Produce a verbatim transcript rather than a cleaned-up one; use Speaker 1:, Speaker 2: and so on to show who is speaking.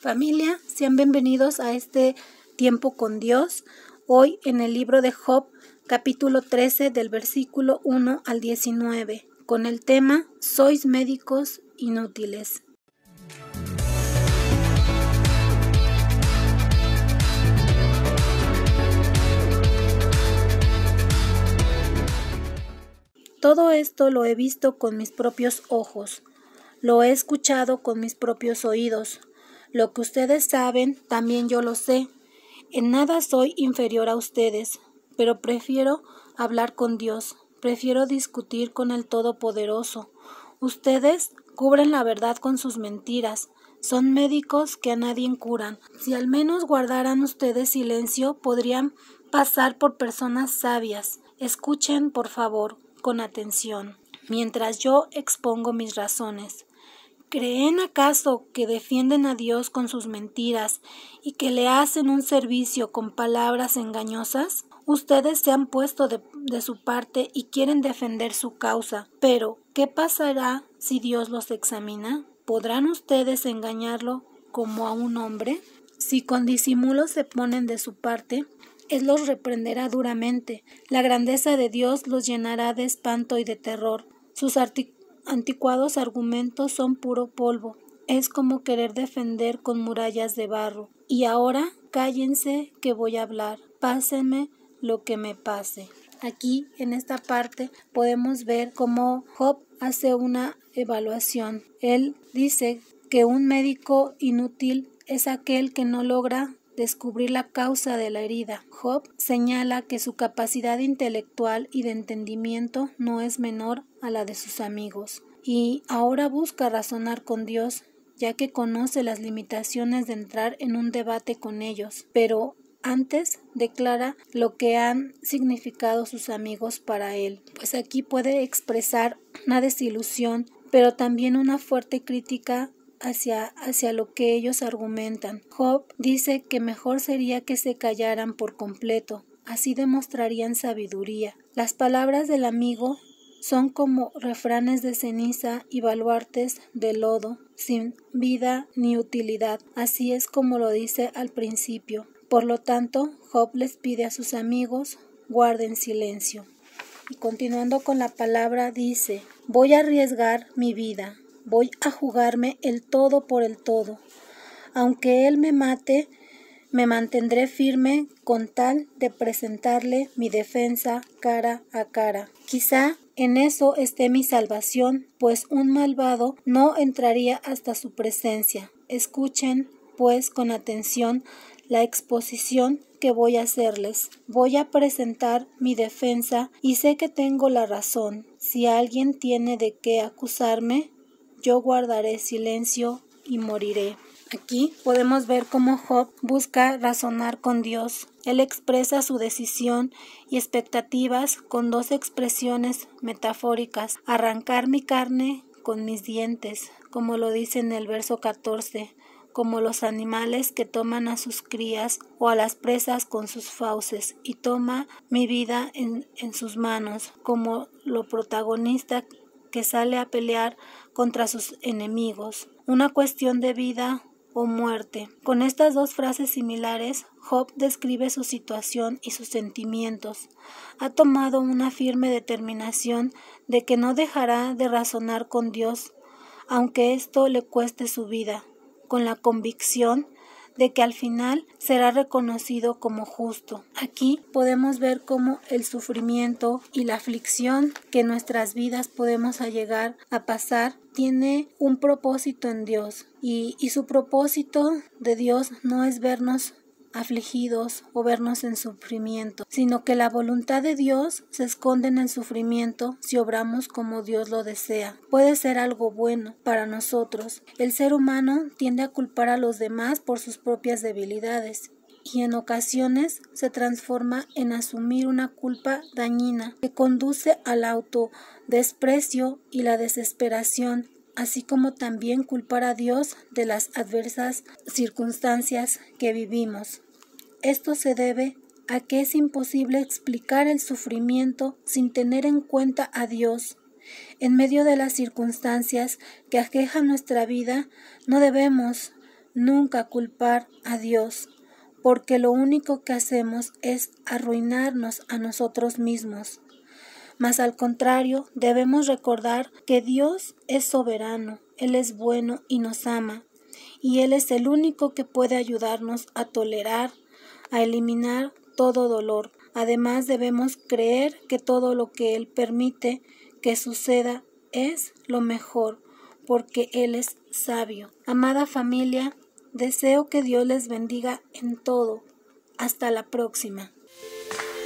Speaker 1: Familia, sean bienvenidos a este tiempo con Dios. Hoy en el libro de Job, capítulo trece, del versículo uno al diecinueve, con el tema Sois médicos inútiles. Todo esto lo he visto con mis propios ojos, lo he escuchado con mis propios oídos. Lo que ustedes saben, también yo lo sé. En nada soy inferior a ustedes, pero prefiero hablar con Dios, prefiero discutir con el Todopoderoso. Ustedes cubren la verdad con sus mentiras, son médicos que a nadie curan. Si al menos guardaran ustedes silencio, podrían pasar por personas sabias. Escuchen, por favor, con atención, mientras yo expongo mis razones. ¿Creen acaso que defienden a Dios con sus mentiras y que le hacen un servicio con palabras engañosas? Ustedes se han puesto de, de su parte y quieren defender su causa, pero ¿qué pasará si Dios los examina? ¿Podrán ustedes engañarlo como a un hombre? Si con disimulo se ponen de su parte, Él los reprenderá duramente. La grandeza de Dios los llenará de espanto y de terror. Sus articulaciones anticuados argumentos son puro polvo. Es como querer defender con murallas de barro. Y ahora cállense que voy a hablar. Pásenme lo que me pase. Aquí en esta parte podemos ver cómo Job hace una evaluación. Él dice que un médico inútil es aquel que no logra descubrir la causa de la herida. Job señala que su capacidad intelectual y de entendimiento no es menor a la de sus amigos, y ahora busca razonar con Dios, ya que conoce las limitaciones de entrar en un debate con ellos, pero antes declara lo que han significado sus amigos para él, pues aquí puede expresar una desilusión, pero también una fuerte crítica Hacia, hacia lo que ellos argumentan. Job dice que mejor sería que se callaran por completo, así demostrarían sabiduría. Las palabras del amigo son como refranes de ceniza y baluartes de lodo, sin vida ni utilidad, así es como lo dice al principio. Por lo tanto, Job les pide a sus amigos, guarden silencio. Y continuando con la palabra dice, voy a arriesgar mi vida. Voy a jugarme el todo por el todo. Aunque él me mate, me mantendré firme con tal de presentarle mi defensa cara a cara. Quizá en eso esté mi salvación, pues un malvado no entraría hasta su presencia. Escuchen, pues, con atención la exposición que voy a hacerles. Voy a presentar mi defensa y sé que tengo la razón. Si alguien tiene de qué acusarme, yo guardaré silencio y moriré. Aquí podemos ver cómo Job busca razonar con Dios. Él expresa su decisión y expectativas con dos expresiones metafóricas. Arrancar mi carne con mis dientes, como lo dice en el verso catorce, como los animales que toman a sus crías o a las presas con sus fauces, y toma mi vida en, en sus manos, como lo protagonista que sale a pelear contra sus enemigos, una cuestión de vida o muerte. Con estas dos frases similares, Job describe su situación y sus sentimientos. Ha tomado una firme determinación de que no dejará de razonar con Dios, aunque esto le cueste su vida, con la convicción de que al final será reconocido como justo. Aquí podemos ver cómo el sufrimiento y la aflicción que en nuestras vidas podemos llegar a pasar tiene un propósito en Dios, y, y su propósito de Dios no es vernos afligidos o vernos en sufrimiento, sino que la voluntad de Dios se esconde en el sufrimiento si obramos como Dios lo desea. Puede ser algo bueno para nosotros. El ser humano tiende a culpar a los demás por sus propias debilidades, y en ocasiones se transforma en asumir una culpa dañina que conduce al autodesprecio y la desesperación, así como también culpar a Dios de las adversas circunstancias que vivimos. Esto se debe a que es imposible explicar el sufrimiento sin tener en cuenta a Dios. En medio de las circunstancias que aquejan nuestra vida, no debemos nunca culpar a Dios, porque lo único que hacemos es arruinarnos a nosotros mismos. Mas al contrario, debemos recordar que Dios es soberano, Él es bueno y nos ama, y Él es el único que puede ayudarnos a tolerar, a eliminar todo dolor. Además, debemos creer que todo lo que Él permite que suceda es lo mejor, porque Él es sabio. Amada familia, deseo que Dios les bendiga en todo. Hasta la próxima.